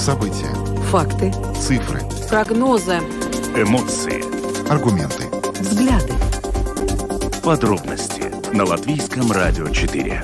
События. Факты. Цифры. Прогнозы. Эмоции. Аргументы. Взгляды. Подробности на Латвийском радио 4.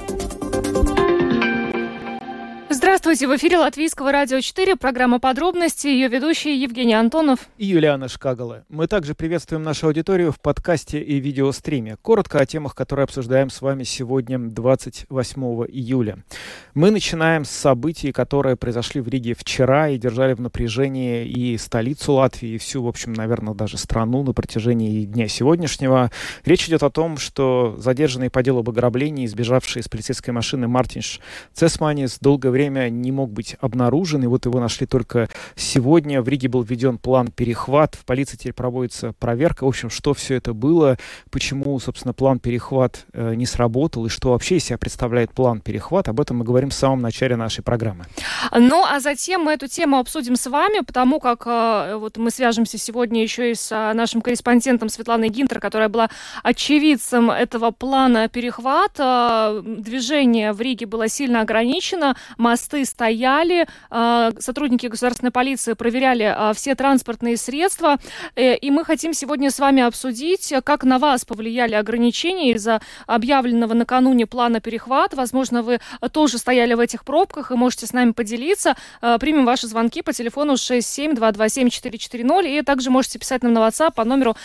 Здравствуйте, в эфире Латвийского радио 4, программа «Подробности», ее ведущие Евгений Антонов и Юлиана Шкагала. Мы также приветствуем нашу аудиторию в подкасте и видеостриме. Коротко о темах, которые обсуждаем с вами сегодня, 28 июля. Мы начинаем с событий, которые произошли в Риге вчера и держали в напряжении и столицу Латвии, и всю, в общем, наверное, даже страну на протяжении дня сегодняшнего. Речь идет о том, что задержанный по делу об ограблении, сбежавший из полицейской машины Мартинш Цесманис долгое время не мог быть обнаружен, и вот его нашли только сегодня. В Риге был введен план перехват, в полиции теперь проводится проверка. В общем, что все это было, почему, собственно, план перехват не сработал, и что вообще из себя представляет план перехват, об этом мы говорим в самом начале нашей программы. Ну, а затем мы эту тему обсудим с вами, потому как вот мы свяжемся сегодня еще и с нашим корреспондентом Светланой Гинтер, которая была очевидцем этого плана перехвата. Движение в Риге было сильно ограничено, мосты стояли, сотрудники государственной полиции проверяли все транспортные средства, и мы хотим сегодня с вами обсудить, как на вас повлияли ограничения из-за объявленного накануне плана перехват. Возможно, вы тоже стояли в этих пробках и можете с нами поделиться. Примем ваши звонки по телефону 67227440, и также можете писать нам на WhatsApp по номеру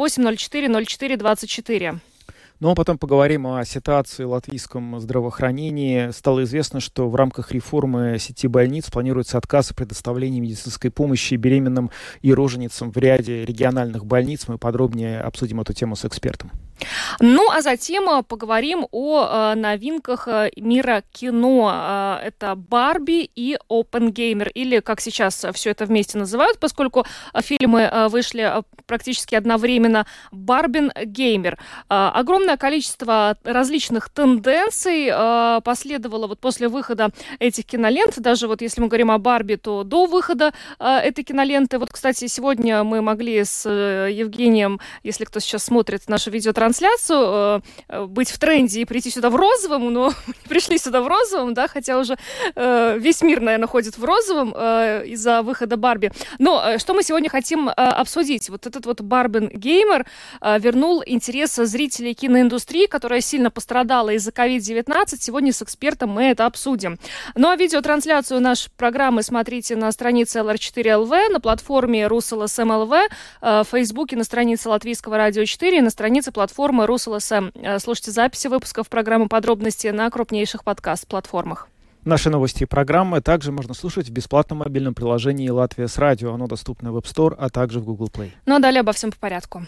28040424. Ну а потом поговорим о ситуации в латвийском здравоохранении. Стало известно, что в рамках реформы сети больниц планируется отказ от предоставления медицинской помощи беременным и роженицам в ряде региональных больниц. Мы подробнее обсудим эту тему с экспертом. Ну, а затем поговорим о новинках мира кино. Это «Барби» и «Оппенгеймер», или, как сейчас все это вместе называют, поскольку фильмы вышли практически одновременно, «Барбенгеймер». Огромное количество различных тенденций последовало вот после выхода этих кинолент. Даже вот если мы говорим о «Барби», то до выхода этой киноленты. Вот, кстати, сегодня мы могли с Евгением, если кто сейчас смотрит нашу видеотрансляцию, быть в тренде и прийти сюда в розовом, но пришли сюда в розовом, да, хотя уже весь мир, наверное, ходит в розовом из-за выхода «Барби». Но что мы сегодня хотим обсудить? Вот этот вот «Барбенгеймер» вернул интерес зрителей киноиндустрии, которая сильно пострадала из-за COVID-19. Сегодня с экспертом мы это обсудим. Ну а видеотрансляцию нашей программы смотрите на странице LR4LV, на платформе RusLSM.LV, в Фейсбуке на странице Латвийского радио 4 и на странице платформы RusLSM. Слушайте записи выпусков программы «Подробности» на крупнейших подкаст-платформах. Наши новости и программы также можно слушать в бесплатном мобильном приложении «Латвия с радио». Оно доступно в App Store, а также в Google Play. Ну а далее обо всем по порядку.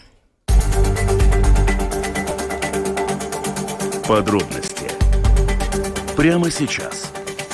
Подробности прямо сейчас.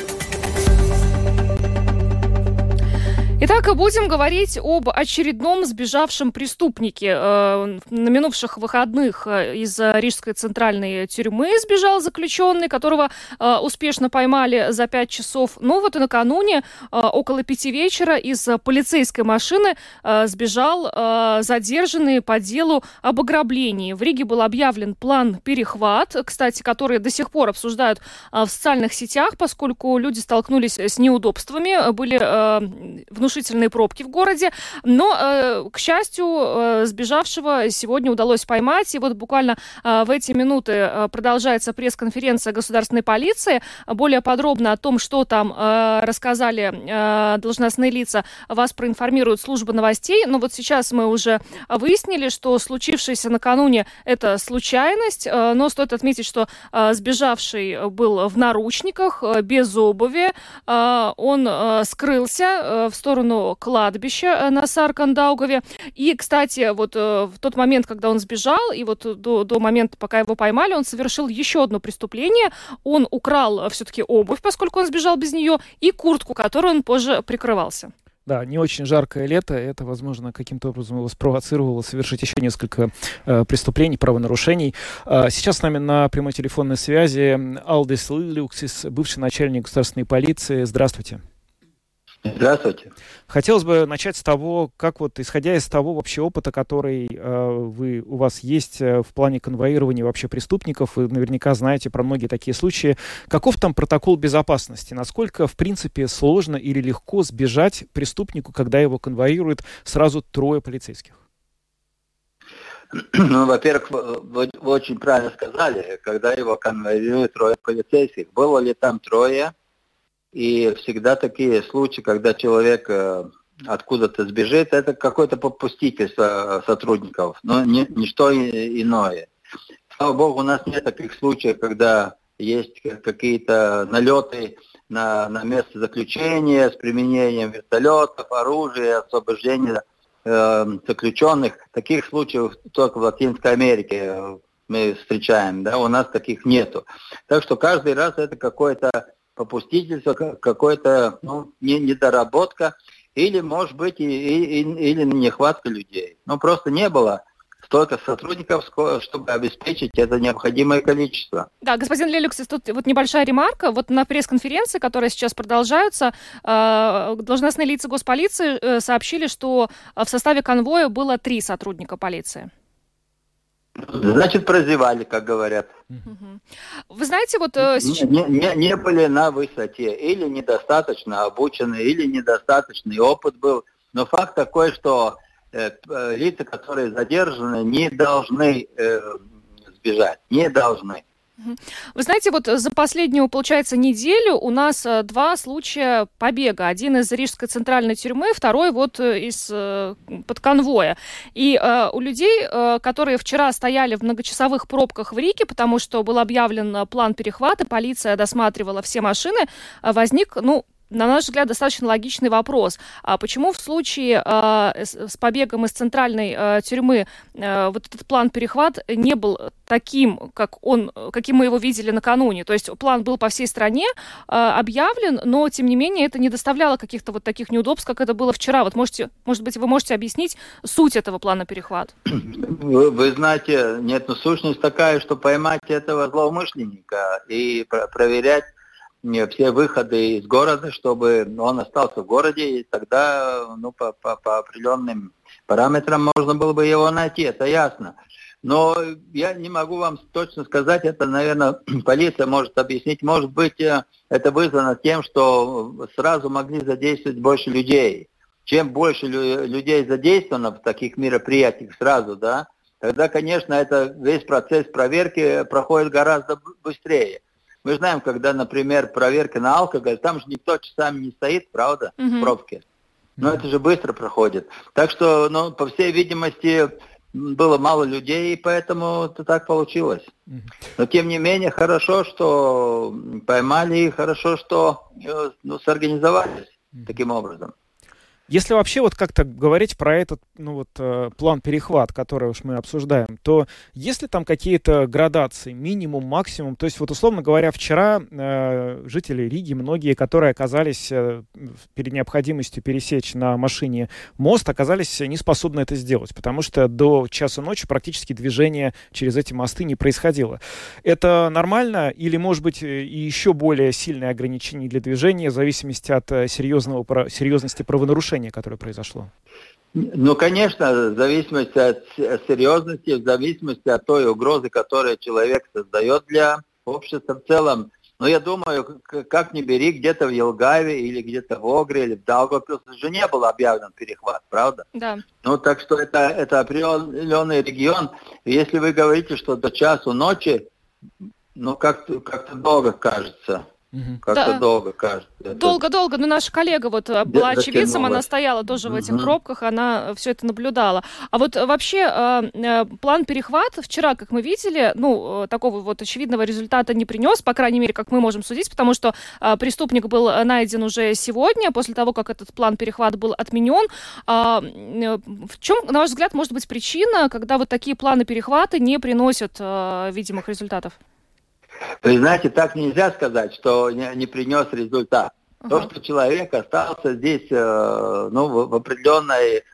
Итак, будем говорить об очередном сбежавшем преступнике. На минувших выходных из Рижской центральной тюрьмы сбежал заключенный, которого успешно поймали за 5 часов. Ну вот и накануне, около 5 вечера, из полицейской машины сбежал задержанный по делу об ограблении. В Риге был объявлен план перехват, кстати, который до сих пор обсуждают в социальных сетях, поскольку люди столкнулись с неудобствами, были внушительные пробки в городе, но, к счастью, сбежавшего сегодня удалось поймать, и вот буквально в эти минуты продолжается пресс-конференция государственной полиции. Более подробно о том, что там рассказали должностные лица, вас проинформирует служба новостей, но вот сейчас мы уже выяснили, что случившееся накануне это случайность, но стоит отметить, что сбежавший был в наручниках, без обуви, он скрылся в сторону кладбища на Саркандаугаве. И, кстати, вот в тот момент, когда он сбежал, и вот до момента, пока его поймали, он совершил еще одно преступление. Он украл все-таки обувь, поскольку он сбежал без нее, и куртку, которой он позже прикрывался. Да, не очень жаркое лето, это, возможно, каким-то образом его спровоцировало совершить еще несколько преступлений, правонарушений. Сейчас с нами на прямой телефонной связи Алдис Лилюксис, бывший начальник государственной полиции. Здравствуйте. Здравствуйте. Хотелось бы начать с того, как вот, исходя из того вообще опыта, который у вас есть в плане конвоирования вообще преступников, вы наверняка знаете про многие такие случаи, каков там протокол безопасности? Насколько, в принципе, сложно или легко сбежать преступнику, когда его конвоируют сразу 3 полицейских? Ну, во-первых, вы очень правильно сказали, когда его конвоируют 3 полицейских. Было ли там 3? И всегда такие случаи, когда человек откуда-то сбежит, это какое-то попустительство сотрудников, но ничто иное. Слава богу, у нас нет таких случаев, когда есть какие-то налеты на место заключения с применением вертолетов, оружия, освобождения заключенных. Таких случаев только в Латинской Америке мы встречаем, да, у нас таких нету. Так что каждый раз это какое-то попустительство, какая-то недоработка, или, может быть, или нехватка людей. Ну, просто не было столько сотрудников, чтобы обеспечить это необходимое количество. Да, господин Лелюкс, тут вот небольшая ремарка. Вот на пресс-конференции, которая сейчас продолжается, должностные лица госполиции сообщили, что в составе конвоя было 3 сотрудника полиции. Значит, прозевали, как говорят. Вы знаете, вот... Не были на высоте, или недостаточно обучены, или недостаточный опыт был. Но факт такой, что лица, которые задержаны, не должны сбежать, не должны. Вы знаете, вот за последнюю, получается, неделю у нас 2 случая побега. Один из Рижской центральной тюрьмы, второй вот из-под конвоя. И у людей, которые вчера стояли в многочасовых пробках в Риге, потому что был объявлен план перехвата, полиция досматривала все машины, возник, на наш взгляд, достаточно логичный вопрос. А почему в случае с побегом из центральной тюрьмы вот этот план перехват не был таким, каким мы его видели накануне? То есть план был по всей стране объявлен, но, тем не менее, это не доставляло каких-то вот таких неудобств, как это было вчера. Вот может быть, вы можете объяснить суть этого плана перехват? Вы знаете, нет, сущность такая, что поймать этого злоумышленника и проверять все выходы из города, чтобы он остался в городе, и тогда по определенным параметрам можно было бы его найти, это ясно. Но я не могу вам точно сказать, это, наверное, полиция может объяснить. Может быть, это вызвано тем, что сразу могли задействовать больше людей. Чем больше людей задействовано в таких мероприятиях сразу, да, тогда, конечно, весь процесс проверки проходит гораздо быстрее. Мы знаем, когда, например, проверка на алкоголь, там же никто часами не стоит, правда, в пробке. Но это же быстро проходит. Так что, по всей видимости, было мало людей, и поэтому это так получилось. Но, тем не менее, хорошо, что поймали, и хорошо, что сорганизовались таким образом. Если вообще вот как-то говорить про этот план перехват, который уж мы обсуждаем, то есть ли там какие-то градации, минимум, максимум? То есть вот условно говоря, вчера жители Риги, многие, которые оказались перед необходимостью пересечь на машине мост, оказались не способны это сделать, потому что до часа ночи практически движение через эти мосты не происходило. Это нормально или, может быть, и еще более сильные ограничения для движения в зависимости от серьезности правонарушения, которое произошло? Конечно, в зависимости от серьезности, в зависимости от той угрозы, которую человек создает для общества в целом. Но я думаю, как ни бери, где-то в Елгаве или где-то в Огре или в Даугавпилсе же не был объявлен перехват, правда? Да. Так что это определенный регион. Если вы говорите, что до часу ночи, как-то долго кажется. Как-то долго, кажется. Долго-долго, но наша коллега была очевидцем, она стояла тоже в этих пробках, она все это наблюдала. А вот вообще план перехвата вчера, как мы видели, такого очевидного результата не принес, по крайней мере, как мы можем судить, потому что преступник был найден уже сегодня, после того, как этот план перехвата был отменен. В чем, на ваш взгляд, может быть причина, когда вот такие планы перехвата не приносят видимых результатов? Вы знаете, так нельзя сказать, что не принес результат. То, что человек остался здесь, в определенной,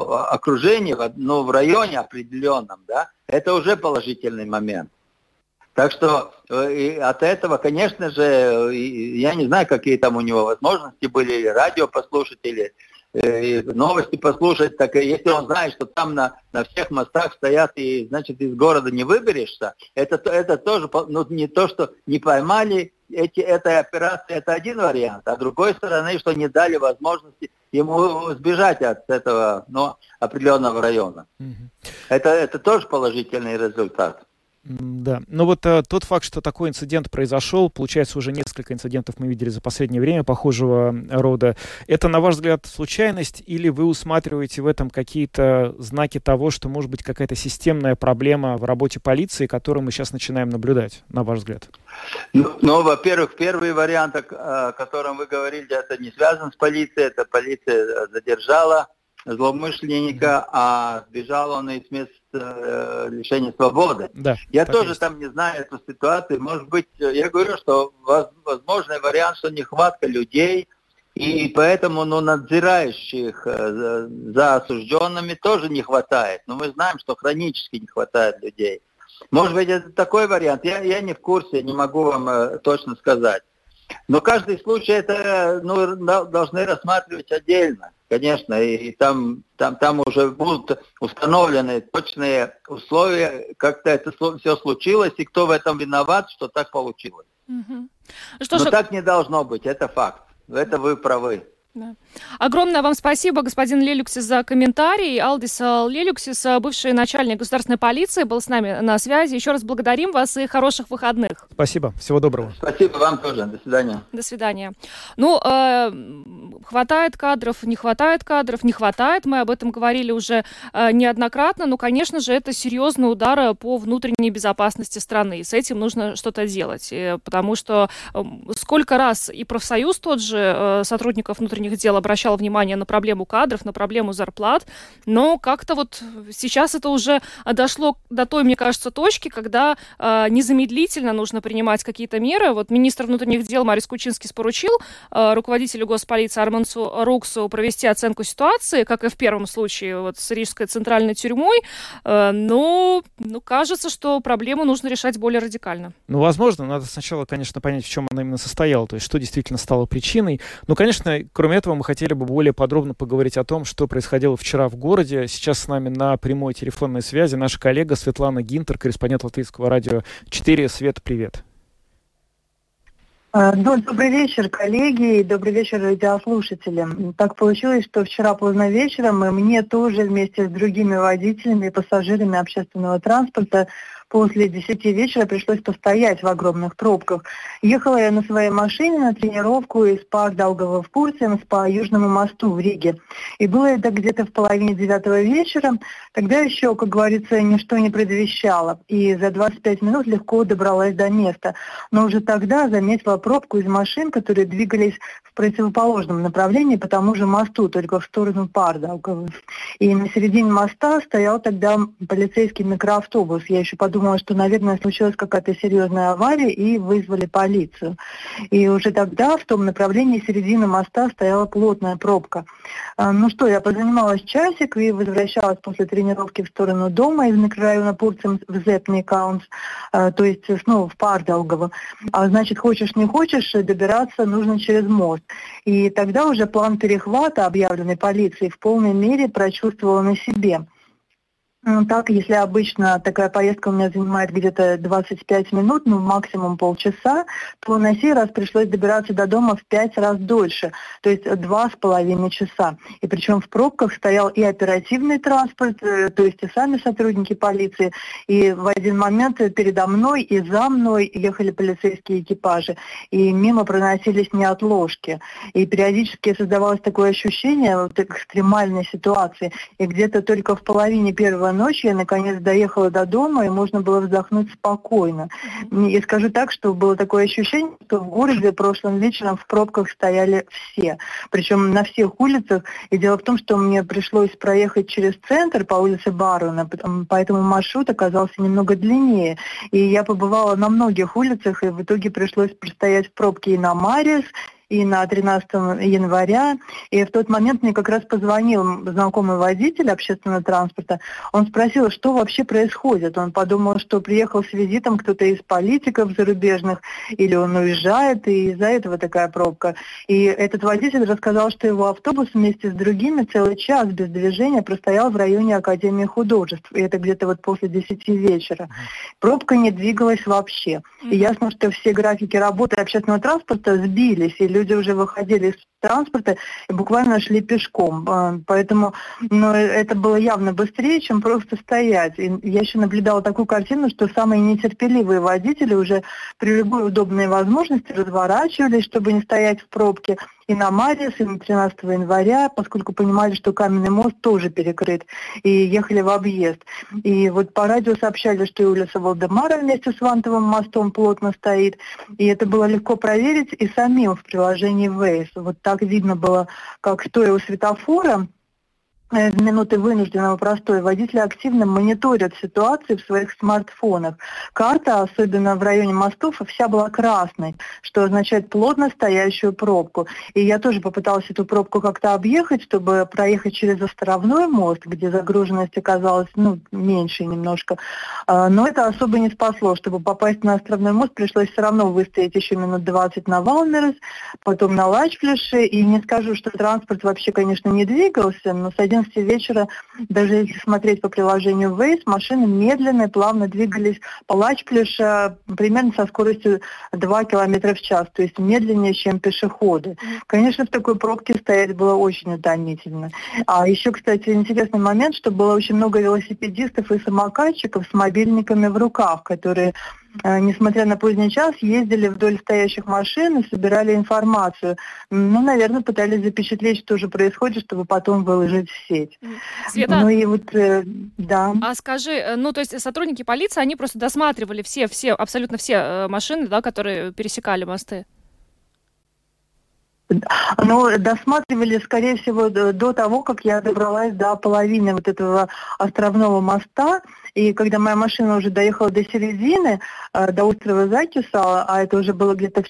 окружении, в районе определенном, да, это уже положительный момент. Так что и от этого, конечно же, я не знаю, какие там у него возможности были, или радио послушать, или новости послушать. Так если он знает, что там на всех мостах стоят, и, значит, из города не выберешься, это тоже, ну, не то, что не поймали этой операции, это один вариант. А с другой стороны, что не дали возможности ему сбежать от этого, определенного района. Это тоже положительный результат. Да, но вот тот факт, что такой инцидент произошел, получается, уже несколько инцидентов мы видели за последнее время похожего рода. Это, на ваш взгляд, случайность, или вы усматриваете в этом какие-то знаки того, что может быть какая-то системная проблема в работе полиции, которую мы сейчас начинаем наблюдать, на ваш взгляд? Ну, во-первых, первый вариант, о котором вы говорили, это не связан с полицией, это полиция задержала злоумышленника, а сбежал он из мест лишения свободы. Да, я тоже есть. Там не знаю эту ситуацию. Может быть, я говорю, что возможный вариант, что нехватка людей, и поэтому надзирающих за осужденными тоже не хватает. Но мы знаем, что хронически не хватает людей. Может быть, это такой вариант. Я не в курсе, не могу вам точно сказать. Но каждый случай это должны рассматривать отдельно, конечно, и там уже будут установлены точные условия, как-то это все случилось, и кто в этом виноват, что так получилось. Угу. Но так не должно быть, это факт, это вы правы. Да. Огромное вам спасибо, господин Лелюксис, за комментарий. Алдис Лелюксис, бывший начальник государственной полиции, был с нами на связи. Еще раз благодарим вас и хороших выходных. Спасибо, всего доброго. Спасибо вам тоже, до свидания. До свидания. Хватает кадров, не хватает кадров, не хватает. Мы об этом говорили уже неоднократно. Но, конечно же, это серьезный удар по внутренней безопасности страны. И с этим нужно что-то делать. Потому что сколько раз и профсоюз тот же сотрудников внутренних дел обращал внимание на проблему кадров, на проблему зарплат, но как-то вот сейчас это уже дошло до той, мне кажется, точки, когда незамедлительно нужно принимать какие-то меры. Вот министр внутренних дел Марис Кучинскис поручил руководителю госполиции Армансу Руксу провести оценку ситуации, как и в первом случае вот с Рижской центральной тюрьмой, но кажется, что проблему нужно решать более радикально. Возможно, надо сначала, конечно, понять, в чем она именно состояла, то есть что действительно стало причиной. Конечно, кроме этого, мы хотели бы более подробно поговорить о том, что происходило вчера в городе. Сейчас с нами на прямой телефонной связи наша коллега Светлана Гинтер, корреспондент Латвийского радио 4. Свет, привет. Добрый вечер, коллеги, и добрый вечер, радиослушатели. Так получилось, что вчера поздно вечером мне тоже вместе с другими водителями и пассажирами общественного транспорта после 10 вечера пришлось постоять в огромных пробках. Ехала я на своей машине на тренировку из Pārdaugava в Purciems по Южному мосту в Риге. И было это где-то в половине 9 вечера. Тогда еще, как говорится, ничто не предвещало. И за 25 минут легко добралась до места. Но уже тогда заметила пробку из машин, которые двигались в противоположном направлении по тому же мосту, только в сторону Pārdaugava. И на середине моста стоял тогда полицейский микроавтобус. Я еще подумала, что, наверное, случилась какая-то серьезная авария, и вызвали полицию. И уже тогда в том направлении середины моста стояла плотная пробка. Я позанималась часик и возвращалась после тренировки в сторону дома из микрорайона Purciems в Zepnikaunts, то есть снова в Pārdaugava. Значит, хочешь не хочешь, добираться нужно через мост. И тогда уже план перехвата, объявленный полицией, в полной мере прочувствовала на себе. Так, если обычно такая поездка у меня занимает где-то 25 минут, максимум полчаса, то на сей раз пришлось добираться до дома в 5 раз дольше, то есть 2,5 часа. И причем в пробках стоял и оперативный транспорт, то есть и сами сотрудники полиции, и в один момент передо мной и за мной ехали полицейские экипажи, и мимо проносились неотложки. И периодически создавалось такое ощущение экстремальной ситуации, и где-то только в половине первого ночи я наконец доехала до дома, и можно было вздохнуть спокойно. И скажу так, что было такое ощущение, что в городе прошлым вечером в пробках стояли все. Причем на всех улицах. И дело в том, что мне пришлось проехать через центр по улице Барона, поэтому маршрут оказался немного длиннее. И я побывала на многих улицах, и в итоге пришлось простоять в пробке и на Марис, и на 13 января. И в тот момент мне как раз позвонил знакомый водитель общественного транспорта. Он спросил, что вообще происходит. Он подумал, что приехал с визитом кто-то из политиков зарубежных, или он уезжает, и из-за этого такая пробка. И этот водитель рассказал, что его автобус вместе с другими целый час без движения простоял в районе Академии художеств. И это где-то вот после 10 вечера. Пробка не двигалась вообще. И ясно, что все графики работы общественного транспорта сбились, и люди уже выходили из транспорта и буквально шли пешком. Поэтому это было явно быстрее, чем просто стоять. И я еще наблюдала такую картину, что самые нетерпеливые водители уже при любой удобной возможности разворачивались, чтобы не стоять в пробке. И на Мариас, и на 13 января, поскольку понимали, что Каменный мост тоже перекрыт, и ехали в объезд. И вот по радио сообщали, что и улица Валдемара вместе с Вантовым мостом плотно стоит. И это было легко проверить и самим в приложении Waze. Вот так видно было, как стоя у светофора, в минуты вынужденного простоя водители активно мониторят ситуацию в своих смартфонах. Карта, особенно в районе мостов, вся была красной, что означает плотно стоящую пробку. И я тоже попыталась эту пробку как-то объехать, чтобы проехать через Островной мост, где загруженность оказалась меньше немножко. Но это особо не спасло. Чтобы попасть на Островной мост, пришлось все равно выстоять еще минут 20 на Валмерес, потом на Лачплеше. И не скажу, что транспорт вообще, конечно, не двигался, но с 11 вечера, даже если смотреть по приложению Waze, машины медленно и плавно двигались по Лачплеша примерно со скоростью 2 км в час, то есть медленнее, чем пешеходы. Конечно, в такой пробке стоять было очень утомительно. А еще, кстати, интересный момент, что было очень много велосипедистов и самокатчиков с мобильниками в руках, которые, несмотря на поздний час, ездили вдоль стоящих машин и собирали информацию. Наверное, пытались запечатлеть, что же происходит, чтобы потом выложить в сеть. Света, да. А скажи, то есть сотрудники полиции, они просто досматривали абсолютно все машины, да, которые пересекали мосты? Досматривали, скорее всего, до того, как я добралась до половины вот этого Островного моста. И когда моя машина уже доехала до середины, до острова Закисала, а это уже было где-то в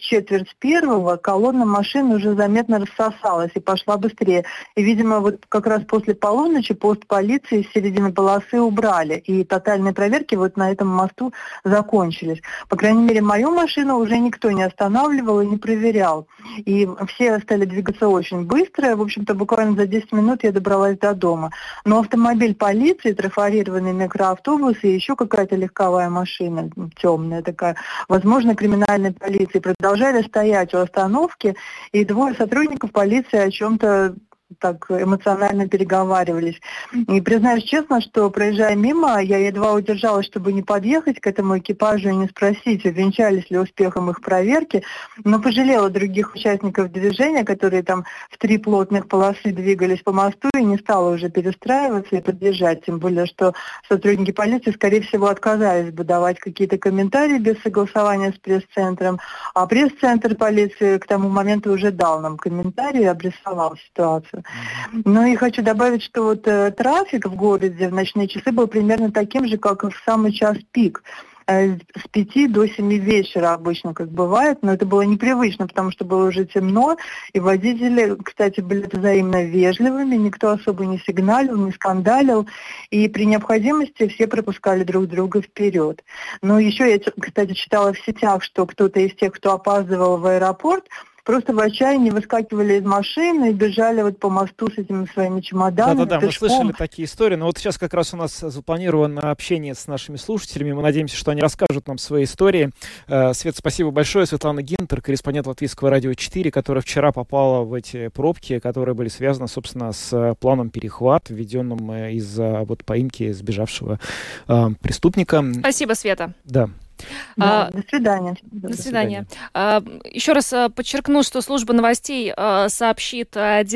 1:45, колонна машин уже заметно рассосалась и пошла быстрее. И, видимо, вот как раз после полуночи пост полиции с середины полосы убрали. И тотальные проверки вот на этом мосту закончились. По крайней мере, мою машину уже никто не останавливал и не проверял. И все стали двигаться очень быстро. В общем-то, буквально за 10 минут я добралась до дома. Но автомобиль полиции, трафарированный микроавтобус и еще какая-то легковая машина, темная такая, возможно, криминальной полиции, продолжали стоять у остановки, и двое сотрудников полиции о чем-то так эмоционально переговаривались. И признаюсь честно, что, проезжая мимо, я едва удержалась, чтобы не подъехать к этому экипажу и не спросить, увенчались ли успехом их проверки, но пожалела других участников движения, которые там в 3 плотных полосы двигались по мосту, и не стала уже перестраиваться и подъезжать, тем более, что сотрудники полиции, скорее всего, отказались бы давать какие-то комментарии без согласования с пресс-центром, а пресс-центр полиции к тому моменту уже дал нам комментарий и обрисовал ситуацию. Ну и хочу добавить, что вот трафик в городе в ночные часы был примерно таким же, как и в самый час пик. С 5 до 7 вечера обычно, как бывает, но это было непривычно, потому что было уже темно, и водители, кстати, были взаимно вежливыми, никто особо не сигналил, не скандалил, и при необходимости все пропускали друг друга вперед. Но еще я, кстати, читала в сетях, что кто-то из тех, кто опаздывал в аэропорт, просто в отчаянии выскакивали из машины и бежали вот по мосту с этими своими чемоданами. Да, пешком. мы слышали такие истории, но вот сейчас как раз у нас запланировано общение с нашими слушателями, мы надеемся, что они расскажут нам свои истории. Свет, спасибо большое. Светлана Гинтер, корреспондент Латвийского радио 4, которая вчера попала в эти пробки, которые были связаны, собственно, с планом перехват, введенным из-за поимки сбежавшего преступника. Спасибо, Света. Да. Да, до свидания. До свидания. Еще раз подчеркну, что служба новостей сообщит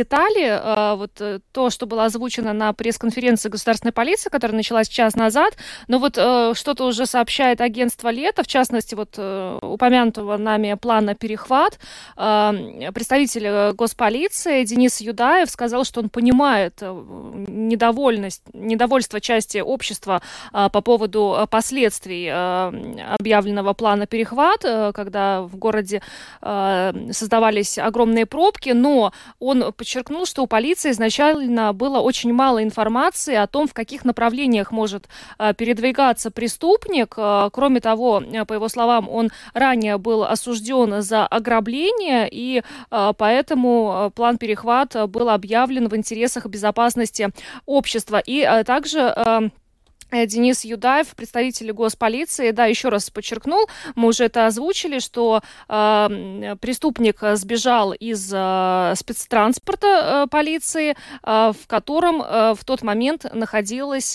детали. Вот то, что было озвучено на пресс-конференции государственной полиции, которая началась час назад. Но вот что-то уже сообщает агентство «Лето», в частности, вот упомянутого нами плана «Перехват». Представитель госполиции Денис Юдаев сказал, что он понимает недовольство части общества по поводу последствий объявленного плана «Перехват», когда в городе создавались огромные пробки, но он подчеркнул, что у полиции изначально было очень мало информации о том, в каких направлениях может передвигаться преступник. Кроме того, по его словам, он ранее был осужден за ограбление, и поэтому план «Перехват» был объявлен в интересах безопасности общества. И также Денис Юдаев, представитель госполиции, еще раз подчеркнул, мы уже это озвучили, что преступник сбежал из спецтранспорта полиции, в котором в тот момент находились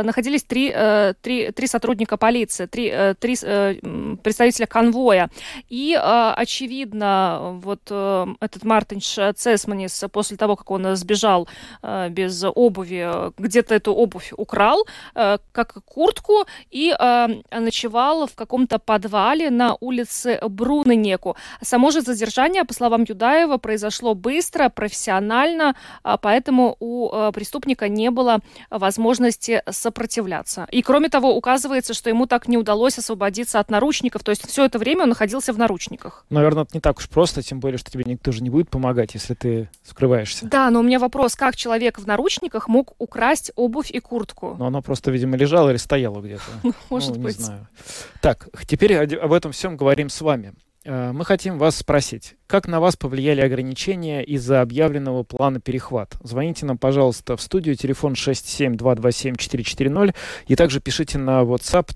три сотрудника полиции, три представителя конвоя. И, очевидно, этот Мартинш Цесманис, после того, как он сбежал без обуви, где-то эту обувь украл, как куртку, и ночевал в каком-то подвале на улице Бруненеку. Само же задержание, по словам Юдаева, произошло быстро, профессионально, поэтому у преступника не было возможности сопротивляться. И, кроме того, указывается, что ему так не удалось освободиться от наручников, то есть все это время он находился в наручниках. Наверное, это не так уж просто, тем более, что тебе никто же не будет помогать, если ты скрываешься. Да, но у меня вопрос, как человек в наручниках мог украсть обувь и куртку? Ну, оно просто, видимо, лежало или стояло где-то. Может быть. Не знаю. Так, теперь об этом всем говорим с вами. Мы хотим вас спросить, как на вас повлияли ограничения из-за объявленного плана «Перехват»? Звоните нам, пожалуйста, в студию, телефон 67-227-440, и также пишите на WhatsApp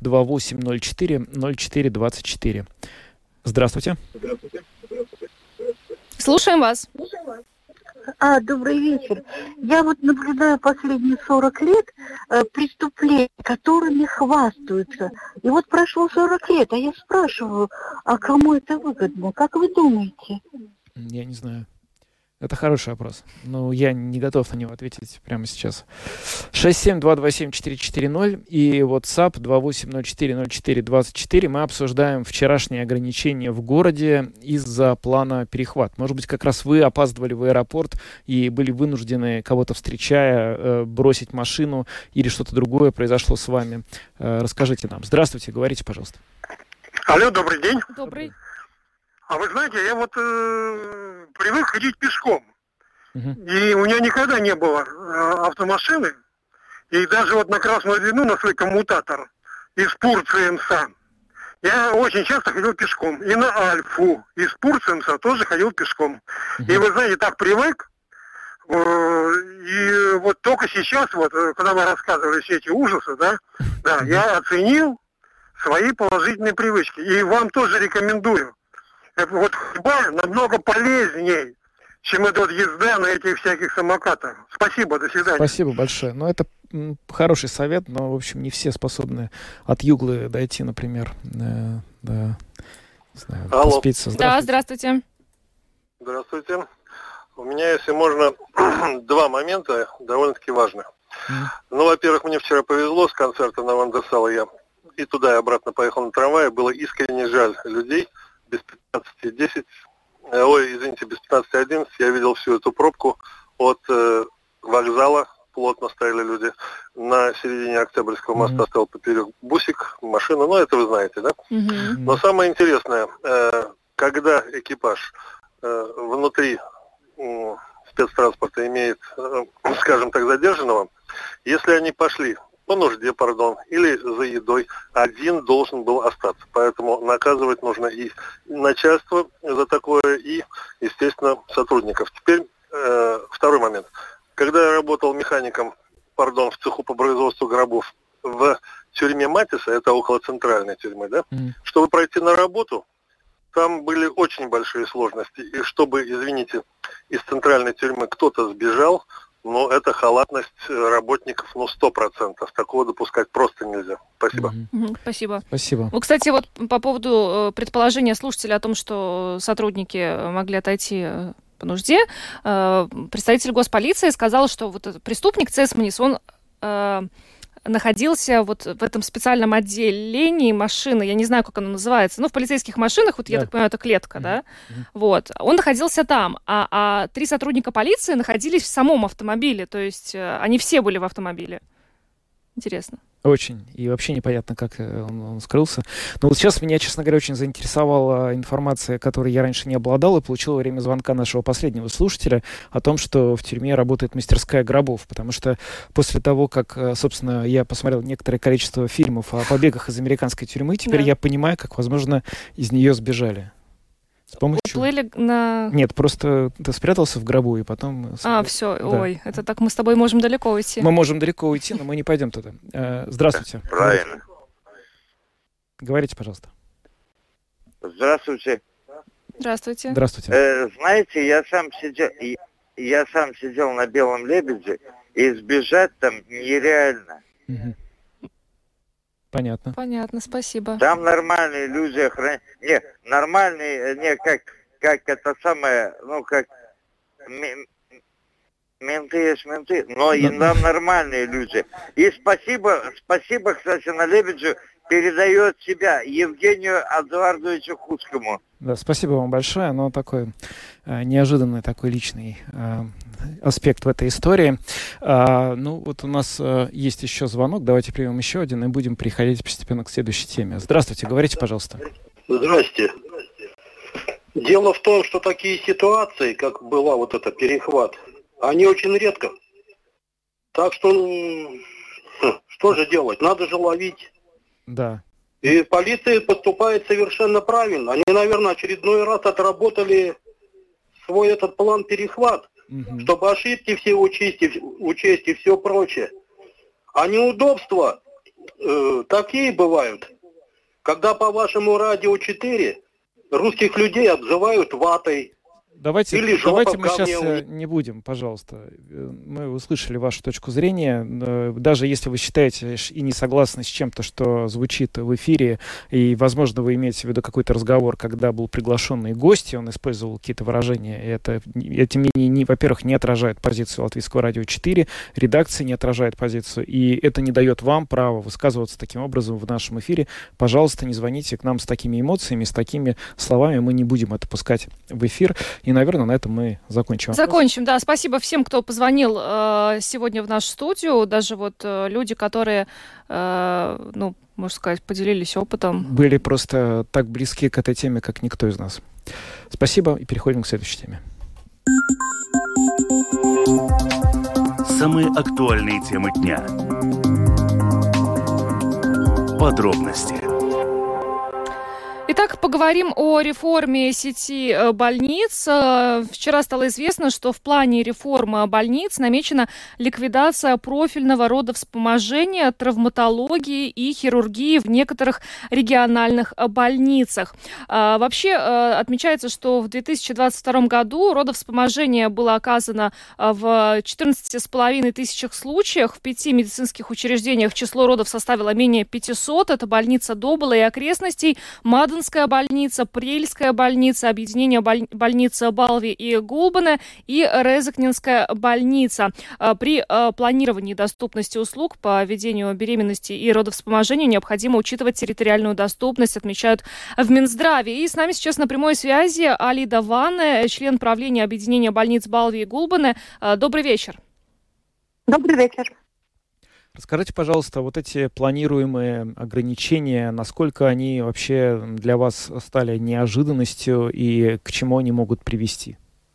2804-0424. Здравствуйте. Слушаем вас. Добрый вечер. Я наблюдаю последние 40 лет преступления, которыми хвастаются. И прошло 40 лет, а я спрашиваю, а кому это выгодно? Как вы думаете? Я не знаю. Это хороший вопрос. Но я не готов на него ответить прямо сейчас. 67-227-440 и WhatsApp 2804-0424. Мы обсуждаем вчерашние ограничения в городе из-за плана «Перехват». Может быть, как раз вы опаздывали в аэропорт и были вынуждены, кого-то встречая, бросить машину или что-то другое произошло с вами. Расскажите нам. Здравствуйте, говорите, пожалуйста. Алло, добрый день. Добрый. А вы знаете, я привык ходить пешком. И у меня никогда не было автомашины. И даже на Красную Двину, на свой коммутатор из Пурцемса, я очень часто ходил пешком. И на Альфу из Пурцемса тоже ходил пешком. И вы знаете, так привык. И только сейчас, когда мы рассказывали все эти ужасы, я оценил свои положительные привычки. И вам тоже рекомендую. Ходьба намного полезней, чем езда на этих всяких самокатах. Спасибо, до свидания. Спасибо большое. Это хороший совет, но, в общем, не все способны от Юглы дойти, например. Не знаю, поспиться. Да, здравствуйте. Здравствуйте. У меня, если можно, два момента довольно-таки важных. Во-первых, мне вчера повезло с концерта на Вандерсала. Я и туда, и обратно поехал на трамвае. Было искренне жаль людей. Без 15:10, без 15:11 я видел всю эту пробку от вокзала, плотно стояли люди, на середине Октябрьского моста стоял поперек бусик, машина, это вы знаете, да? Но самое интересное, когда экипаж внутри спецтранспорта имеет, скажем так, задержанного, если они пошли по нужде, или за едой, один должен был остаться. Поэтому наказывать нужно и начальство за такое, и, естественно, сотрудников. Теперь второй момент. Когда я работал механиком, в цеху по производству гробов в тюрьме Матиса, это около центральной тюрьмы, чтобы пройти на работу, там были очень большие сложности. И чтобы, извините, из центральной тюрьмы кто-то сбежал, это халатность работников, 100%. Такого допускать просто нельзя. Спасибо. Спасибо. Спасибо. Кстати, по поводу предположения слушателя о том, что сотрудники могли отойти по нужде, представитель госполиции сказал, что этот преступник Цесманис, он находился в этом специальном отделении машины, я не знаю, как оно называется, в полицейских машинах, я так понимаю, это клетка, да? Он находился там, а три сотрудника полиции находились в самом автомобиле, то есть они все были в автомобиле. Интересно. Очень. И вообще непонятно, как он скрылся. Но вот сейчас меня, честно говоря, очень заинтересовала информация, которой я раньше не обладал, и получил во время звонка нашего последнего слушателя о том, что в тюрьме работает мастерская гробов. Потому что после того, как, собственно, я посмотрел некоторое количество фильмов о побегах из американской тюрьмы, теперь я понимаю, как, возможно, из нее сбежали. С помощью... Уплыли на... Нет, просто ты спрятался в гробу, и потом... все, да. Ой, это так мы с тобой можем далеко уйти. Мы можем далеко уйти, но мы не пойдем туда. Здравствуйте. Правильно. Говорите, пожалуйста. Здравствуйте. Здравствуйте. Здравствуйте. Знаете, я сам сидел на Белом лебеде, и сбежать там нереально. Угу. Понятно. Понятно, спасибо. Там нормальные люди охраняют. Не, нормальные, не как это самое, ну как менты есть менты, но и там нормальные люди. И спасибо, кстати, на Лебедю передает себя Евгению Эдуардовичу Худскому. Да, спасибо вам большое, но такой неожиданный, такой личный аспект в этой истории. Ну, вот у нас есть еще звонок, давайте примем еще один и будем переходить постепенно к следующей теме. Здравствуйте, говорите, пожалуйста. Здрасте. Дело в том, что такие ситуации, как была вот эта перехват, они очень редко. Так что, что же делать? Надо же ловить. Да. И полиция поступает совершенно правильно. Они, наверное, очередной раз отработали свой этот план перехват, чтобы ошибки все учесть и все прочее. А неудобства такие бывают, когда по вашему радио 4 русских людей обзывают ватой. Давайте мы сейчас не будем, пожалуйста. Мы услышали вашу точку зрения. Даже если вы считаете и не согласны с чем-то, что звучит в эфире, и, возможно, вы имеете в виду какой-то разговор, когда был приглашенный гость, и он использовал какие-то выражения, и это, тем не менее, во-первых, не отражает позицию Латвийского радио 4, редакция не отражает позицию, и это не дает вам права высказываться таким образом в нашем эфире. Пожалуйста, не звоните к нам с такими эмоциями, с такими словами. Мы не будем это пускать в эфир. И, наверное, на этом мы закончим. Закончим, да. Спасибо всем, кто позвонил сегодня в нашу студию. Даже вот люди, которые, можно сказать, поделились опытом. Были просто так близки к этой теме, как никто из нас. Спасибо, и переходим к следующей теме. Самые актуальные темы дня. Подробности. Итак, поговорим о реформе сети больниц. Вчера стало известно, что в плане реформы больниц намечена ликвидация профильного родовспоможения, травматологии и хирургии в некоторых региональных больницах. Вообще отмечается, что в 2022 году родовспоможение было оказано в 14,5 тысячах случаях. В 5 медицинских учреждениях число родов составило менее 500. Это больница Добола и окрестностей, Маденская больница, Прельская больница, объединение больницы Балви и Гулбене и Резекненская больница. При планировании доступности услуг по ведению беременности и родовспоможению необходимо учитывать территориальную доступность, отмечают в Минздраве. И с нами сейчас на прямой связи Алида Ване, член правления объединения больниц Балви и Гулбене. Добрый вечер. Добрый вечер. Расскажите, пожалуйста, вот эти планируемые ограничения, насколько они вообще для вас стали неожиданностью и к чему они могут привести?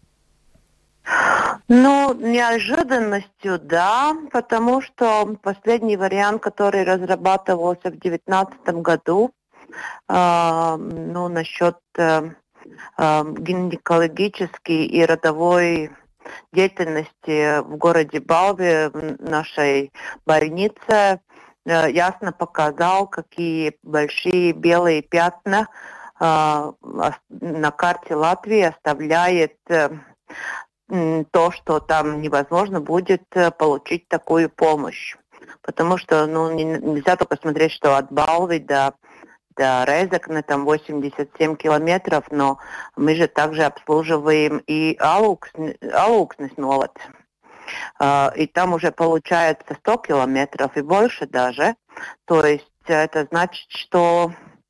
Неожиданностью, да, потому что последний вариант, который разрабатывался в 2019 году, насчет гинекологической и родовой деятельности в городе Балви, в нашей больнице, ясно показал, какие большие белые пятна на карте Латвии оставляет то, что там невозможно будет получить такую помощь. Потому что нельзя только смотреть, что от Балви до Резекне там 87 километров, но мы же также обслуживаем и Алукснес новод. И там уже получается 100 километров и больше даже. То есть это значит, что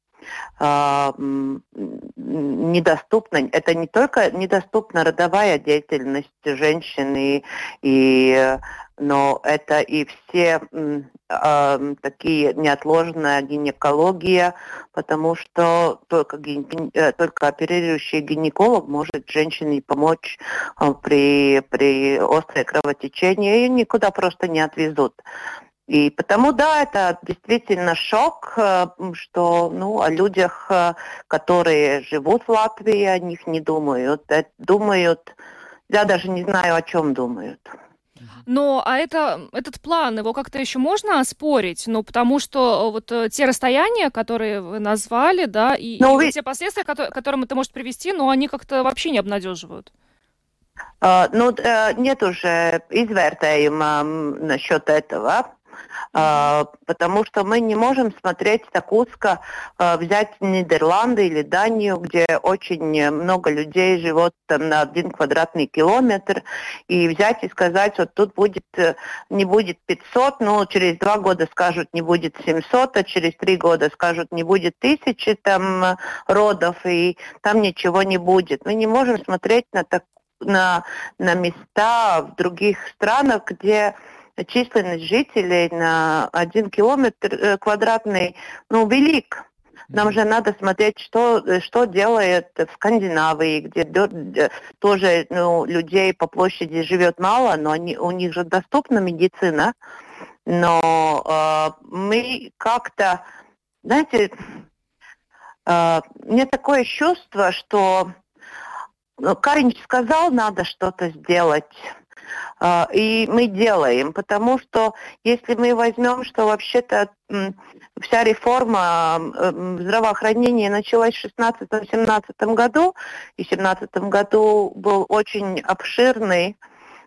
недоступна, это не только недоступна родовая деятельность женщин и но это и все такие неотложная гинекология, потому что только оперирующий гинеколог может женщине помочь при острой кровотечении, и никуда просто не отвезут. И потому, да, это действительно шок, что о людях, которые живут в Латвии, о них не думают. Думают, я даже не знаю, о чем думают. Этот план, его как-то еще можно оспорить? Потому что вот те расстояния, которые вы назвали, да, и те последствия, к которым это может привести, они как-то вообще не обнадеживают. Нет уже извертаема насчет этого. Потому что мы не можем смотреть так узко, взять Нидерланды или Данию, где очень много людей живет там на 1 квадратный километр, и взять и сказать, вот тут не будет 500, но через 2 года скажут, не будет 700, а через 3 года скажут, не будет 1000 там родов, и там ничего не будет. Мы не можем смотреть на места в других странах, где численность жителей на 1 километр квадратный, велик. Нам же надо смотреть, что делает в Скандинавии, где тоже людей по площади живет мало, но у них же доступна медицина. Но мы как-то, знаете, мне такое чувство, что Каринч сказал, надо что-то сделать. И мы делаем, потому что если мы возьмем, что вообще-то вся реформа здравоохранения началась в 16-17 году, и в 17 году был очень обширный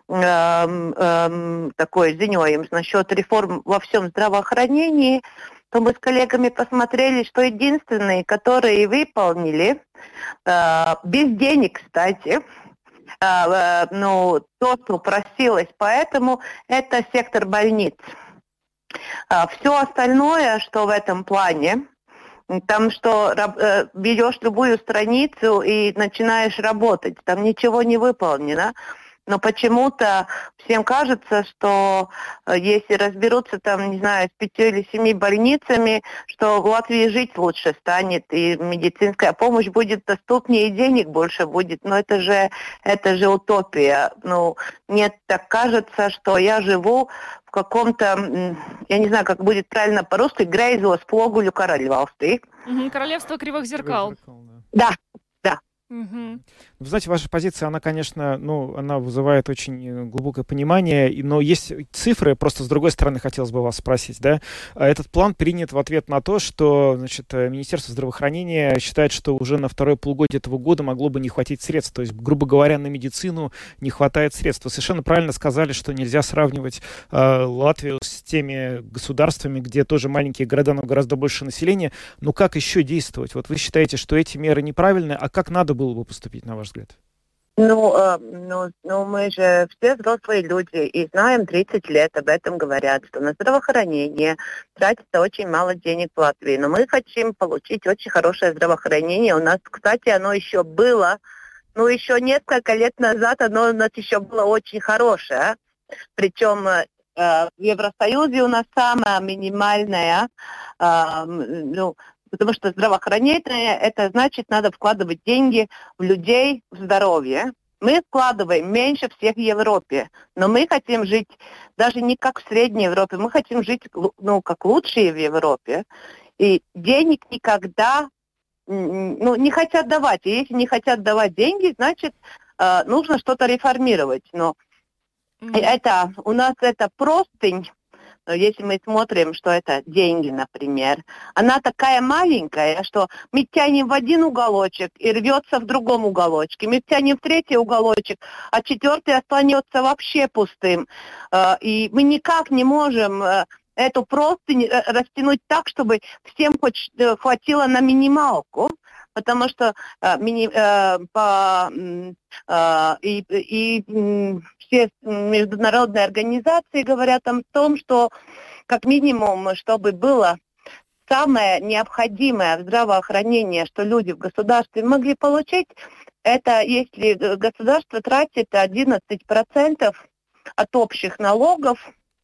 такой зенёем насчет реформ во всем здравоохранении, то мы с коллегами посмотрели, что единственные, которые выполнили, без денег, кстати, то, что просилось, поэтому это сектор больниц. Все остальное, что в этом плане, там что берешь любую страницу и начинаешь работать, там ничего не выполнено. Но почему-то всем кажется, что если разберутся там, не знаю, с 5 или 7 больницами, что в Латвии жить лучше станет, и медицинская помощь будет доступнее, и денег больше будет. Но это же утопия. Мне так кажется, что я живу в каком-то, я не знаю, как будет правильно по-русски, Грейзос Плогулю Королевстве. Королевство кривых зеркал. Да. Вы знаете, ваша позиция, она, конечно, она вызывает очень глубокое понимание, но есть цифры, просто с другой стороны хотелось бы вас спросить, да, этот план принят в ответ на то, что, Министерство здравоохранения считает, что уже на второе полугодие этого года могло бы не хватить средств, то есть, грубо говоря, на медицину не хватает средств. Вы совершенно правильно сказали, что нельзя сравнивать Латвию с теми государствами, где тоже маленькие города, но гораздо больше населения, но как еще действовать? Вот вы считаете, что эти меры неправильные, а как надо было бы поступить, на ваш взгляд? Мы же все взрослые люди и знаем, 30 лет об этом говорят, что на здравоохранение тратится очень мало денег в Латвии. Но мы хотим получить очень хорошее здравоохранение. У нас, кстати, оно еще было, еще несколько лет назад оно у нас еще было очень хорошее. Причем в Евросоюзе у нас самая минимальная, потому что здравоохранение, это значит, надо вкладывать деньги в людей, в здоровье. Мы вкладываем меньше всех в Европе, но мы хотим жить даже не как в Средней Европе, мы хотим жить, как лучшие в Европе. И денег никогда не хотят давать. И если не хотят давать деньги, значит, нужно что-то реформировать. Но у нас это простынь. Если мы смотрим, что это деньги, например, она такая маленькая, что мы тянем в один уголочек и рвется в другом уголочке. Мы тянем в третий уголочек, а 4 останется вообще пустым. И мы никак не можем эту простынь растянуть так, чтобы всем хоть хватило на минималку. Потому что все международные организации говорят о том, что как минимум, чтобы было самое необходимое в здравоохранении, что люди в государстве могли получить, это если государство тратит 11% от общих налогов,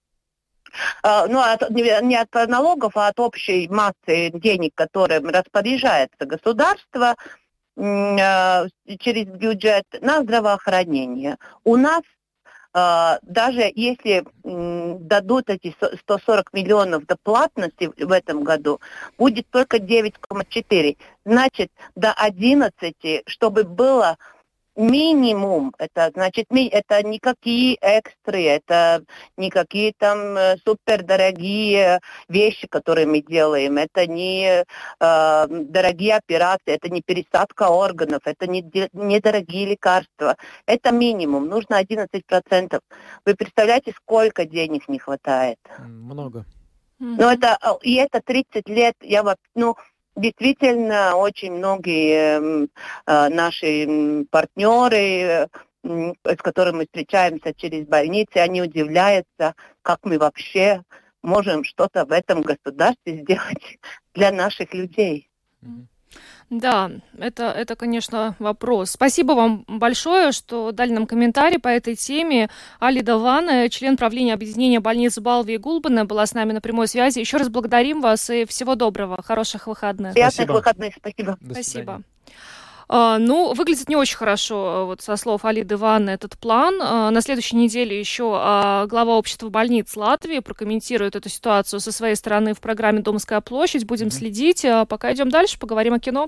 не от налогов, а от общей массы денег, которым распоряжается государство через бюджет на здравоохранение. У нас даже если дадут эти 140 миллионов доплатности в этом году, будет только 9,4. Значит, до 11, чтобы было минимум, это значит, это никакие экстры, это никакие там супердорогие вещи, которые мы делаем, это не дорогие операции, это не пересадка органов, это не дорогие лекарства, это минимум, нужно 11%. Вы представляете, сколько денег не хватает? Много. И это 30 лет, действительно, очень многие наши партнеры, с которыми мы встречаемся через больницы, они удивляются, как мы вообще можем что-то в этом государстве сделать для наших людей. Да, это, конечно, вопрос. Спасибо вам большое, что дали нам комментарий по этой теме. Алида Ван, член правления объединения больниц Балви и Гулбана, была с нами на прямой связи. Еще раз благодарим вас и всего доброго. Хороших выходных. Приятных выходных. Спасибо. Спасибо. Выглядит не очень хорошо, вот со слов Алиды Ван, этот план. На следующей неделе еще глава общества больниц Латвии прокомментирует эту ситуацию со своей стороны в программе «Домская площадь». Будем следить. Пока идем дальше, поговорим о кино.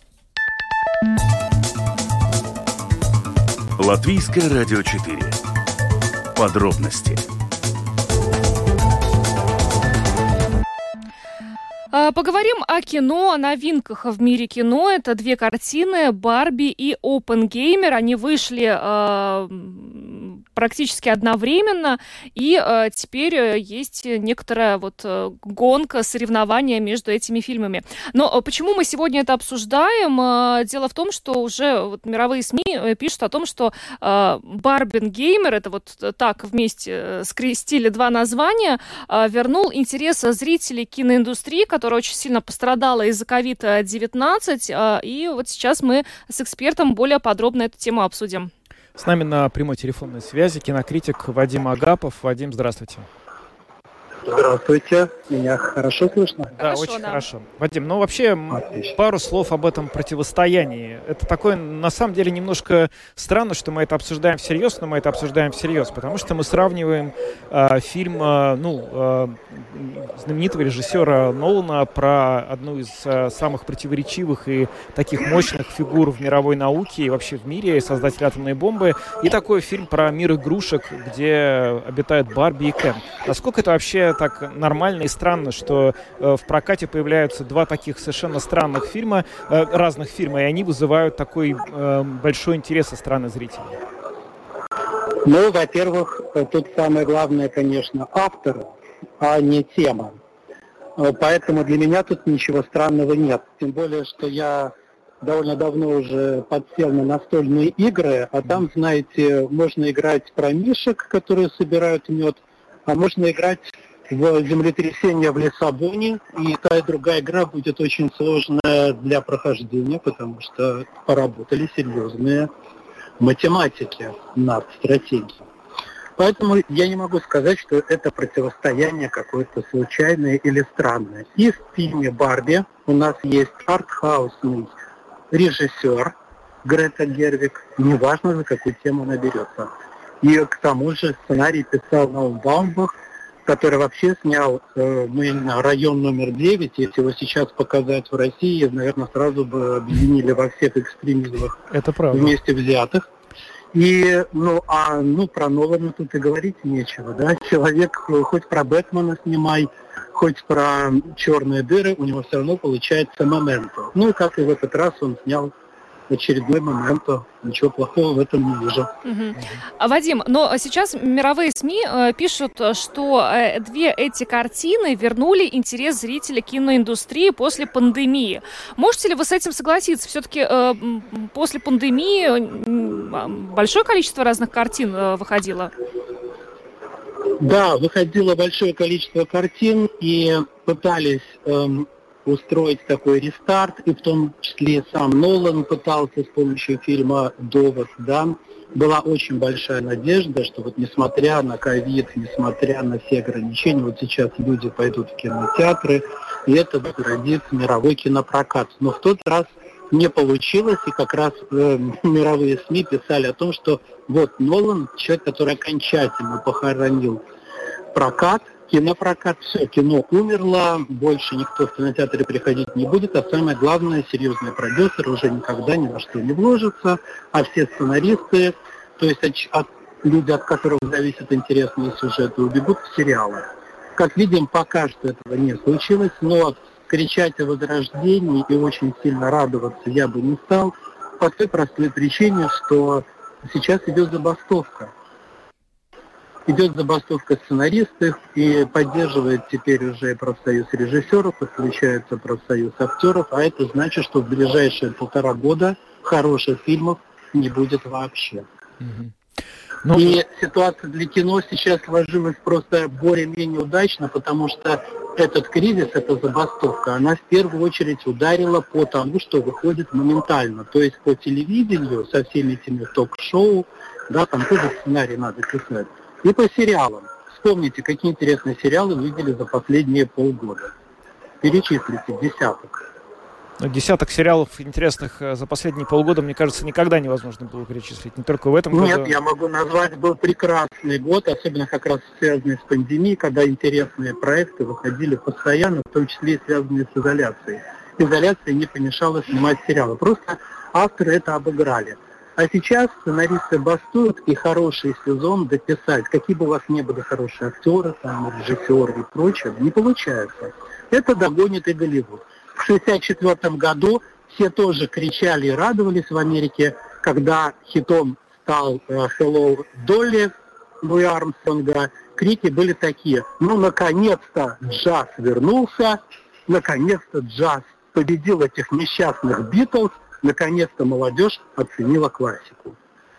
Латвийское радио 4. Подробности. Поговорим о кино, о новинках в мире кино. Это две картины «Барби» и «Оппенгеймер». Они вышли практически одновременно, и теперь есть некоторая гонка, соревнования между этими фильмами. Но почему мы сегодня это обсуждаем? Дело в том, что уже мировые СМИ пишут о том, что «Барбенгеймер», это так вместе скрестили два названия, вернул интерес зрителей киноиндустрии, которая очень сильно пострадала из-за COVID-19. И вот сейчас мы с экспертом более подробно эту тему обсудим. С нами на прямой телефонной связи кинокритик Вадим Агапов. Вадим, здравствуйте. Здравствуйте. Меня хорошо слышно? Да, очень хорошо. Вадим, вообще отлично. Пару слов об этом противостоянии. Это такое, на самом деле, немножко странно, что мы это обсуждаем всерьез, но мы это обсуждаем всерьез, потому что мы сравниваем фильм знаменитого режиссера Нолана про одну из самых противоречивых и таких мощных фигур в мировой науке и вообще в мире, создателя атомной бомбы, и такой фильм про мир игрушек, где обитают Барби и Кен. Насколько это вообще так нормально и странно, что в прокате появляются два таких совершенно странных фильма, разных фильма, и они вызывают такой большой интерес со стороны зрителей? Во-первых, тут самое главное, конечно, автор, а не тема. Поэтому для меня тут ничего странного нет. Тем более, что я довольно давно уже подсел на настольные игры, а там, знаете, можно играть про мишек, которые собирают мед, а можно играть в землетрясение в Лиссабоне, и та и другая игра будет очень сложная для прохождения, потому что поработали серьезные математики над стратегией. Поэтому я не могу сказать, что это противостояние какое-то случайное или странное. И в фильме «Барби» у нас есть артхаусный режиссер Грета Гервиг, неважно, за какую тему она берется. И к тому же сценарий писал Ноам Баумбах, который вообще снял район номер 9. Если его сейчас показать в России, наверное, сразу бы объединили во всех экстремизмах вместе взятых. И, про Нолана тут и говорить нечего, да? Человек хоть про Бэтмена снимай, хоть про черные дыры, у него все равно получается моменто. И как и в этот раз он снял очередной моменто. Ничего плохого в этом не вижу. Вадим, но сейчас мировые СМИ пишут, что две эти картины вернули интерес зрителя киноиндустрии после пандемии. Можете ли вы с этим согласиться? Все-таки после пандемии большое количество разных картин выходило? Да, выходило большое количество картин и пытались устроить такой рестарт, и в том числе сам Нолан пытался с помощью фильма «Довод», да. Была очень большая надежда, что вот несмотря на ковид, несмотря на все ограничения, вот сейчас люди пойдут в кинотеатры, и это возродит мировой кинопрокат. Но в тот раз не получилось, и как раз мировые СМИ писали о том, что вот Нолан, человек, который окончательно похоронил прокат, кинопрокат, все, кино умерло, больше никто в кинотеатре приходить не будет, а самое главное, серьезные продюсеры уже никогда ни на что не вложатся, а все сценаристы, то есть люди, от которых зависят интересные сюжеты, убегут в сериалы. Как видим, пока что этого не случилось, но кричать о возрождении и очень сильно радоваться я бы не стал, по той простой причине, что сейчас идет забастовка. Идет забастовка сценаристов, и поддерживает теперь уже профсоюз режиссеров, подключается профсоюз актеров, а это значит, что в ближайшие 1,5 года хороших фильмов не будет вообще. И ситуация для кино сейчас сложилась просто более-менее удачно, потому что этот кризис, эта забастовка, она в первую очередь ударила по тому, что выходит моментально. То есть по телевидению со всеми этими ток-шоу, да, там тоже сценарий надо писать. И по сериалам. Вспомните, какие интересные сериалы вы видели за последние полгода. Перечислите десяток. Десяток сериалов интересных за последние полгода, мне кажется, никогда невозможно было перечислить. Не только в этом году. Нет, я могу назвать, был прекрасный год, особенно как раз связанный с пандемией, когда интересные проекты выходили постоянно, в том числе и связанные с изоляцией. Изоляция не помешала снимать сериалы. Просто авторы это обыграли. А сейчас сценаристы бастуют, и хороший сезон дописать, какие бы у вас ни были хорошие актеры, там, режиссеры и прочее, не получается. Это догонит и Голливуд. В 1964 году все тоже кричали и радовались в Америке, когда хитом стал «Hello, Dolly» Луи Армстронга. Крики были такие: ну, наконец-то джаз вернулся, наконец-то джаз победил этих несчастных Битлз, наконец-то молодежь оценила классику.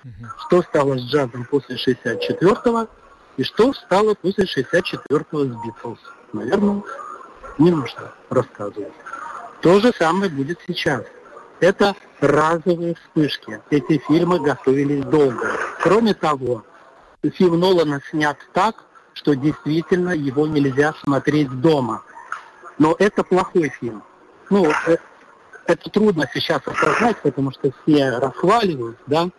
Что стало с джазом после 64-го и что стало после 64-го с Битлз? Наверное, не нужно рассказывать. То же самое будет сейчас. Это разовые вспышки. Эти фильмы готовились долго. Кроме того, фильм Нолана снят так, что действительно его нельзя смотреть дома. Но это плохой фильм. Ну, это трудно сейчас осознать, потому что все расхваливают, да?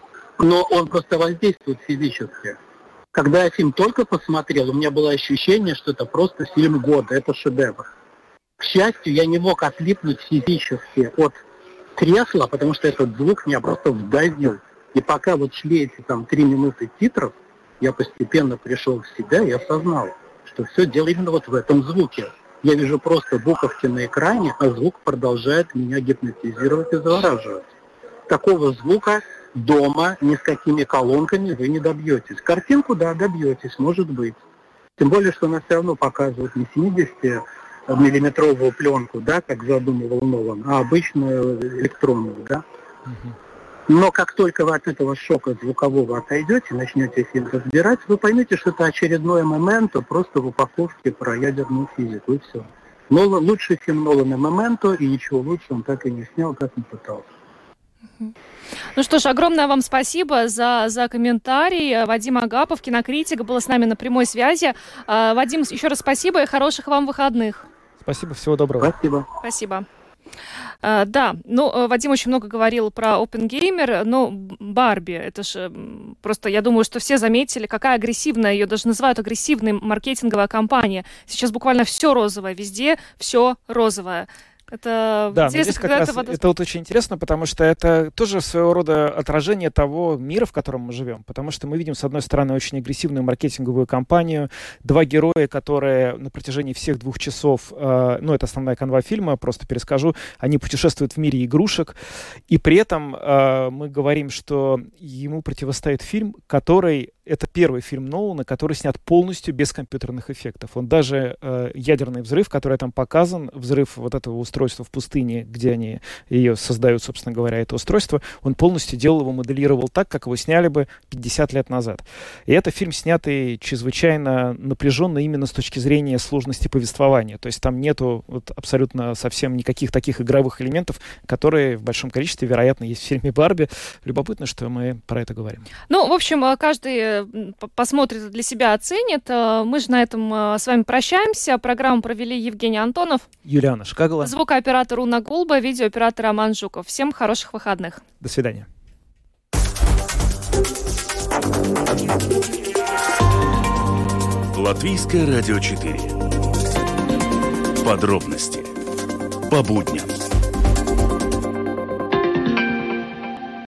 Но он просто воздействует физически. Когда я фильм только посмотрел, у меня было ощущение, что это просто фильм года, это шедевр. К счастью, я не мог отлипнуть физически от кресла, потому что этот звук меня просто вдавил. И пока вот шли эти там 3 минуты титров, я постепенно пришел в себя и осознал, что все дело именно вот в этом звуке. Я вижу просто буковки на экране, а звук продолжает меня гипнотизировать и завораживать. Такого звука дома ни с какими колонками вы не добьетесь. Картинку, да, добьетесь, может быть. Тем более, что она все равно показывает не 70-миллиметровую пленку, да, как задумывал Нолан, а обычную электронную, да. Но как только вы от этого шока звукового отойдете, начнете фильм разбирать, вы поймете, что это очередное моменто просто в упаковке про ядерную физику, и все. Нолан, лучший фильм Нолана «Моменто», и ничего лучше он так и не снял, как не пытался. Ну что ж, огромное вам спасибо за комментарий. Вадим Агапов, кинокритик, был с нами на прямой связи. Вадим, еще раз спасибо и хороших вам выходных. Спасибо, всего доброго. Спасибо. Да, ну, Вадим очень много говорил про Оппенгеймер, но Барби, это же просто, я думаю, что все заметили, какая агрессивная, ее даже называют агрессивной маркетинговая кампания. Сейчас буквально все розовое, везде все розовое. Это да, интересно, здесь как раз это вот очень интересно, потому что это тоже своего рода отражение того мира, в котором мы живем. Потому что мы видим, с одной стороны, очень агрессивную маркетинговую кампанию. 2 героя, которые на протяжении всех 2 часов, ну, это основная канва фильма, просто перескажу, они путешествуют в мире игрушек. И при этом мы говорим, что ему противостоит фильм, который это первый фильм Нолана, который снят полностью без компьютерных эффектов. Он даже ядерный взрыв, который там показан, взрыв вот этого устройства в пустыне, где они ее создают, собственно говоря, это устройство, он полностью делал его, моделировал так, как его сняли бы 50 лет назад. И это фильм, снятый чрезвычайно напряженно именно с точки зрения сложности повествования. То есть там нету вот абсолютно совсем никаких таких игровых элементов, которые в большом количестве, вероятно, есть в фильме «Барби». Любопытно, что мы про это говорим. Ну, в общем, каждый посмотрит для себя, оценит. Мы же на этом с вами прощаемся. Программу провели Евгений Антонов, Юлиана Шкагала, звукооператор Уна Гулба, видеооператор Роман Жуков. Всем хороших выходных. До свидания. Латвийское радио 4. Подробности по будням.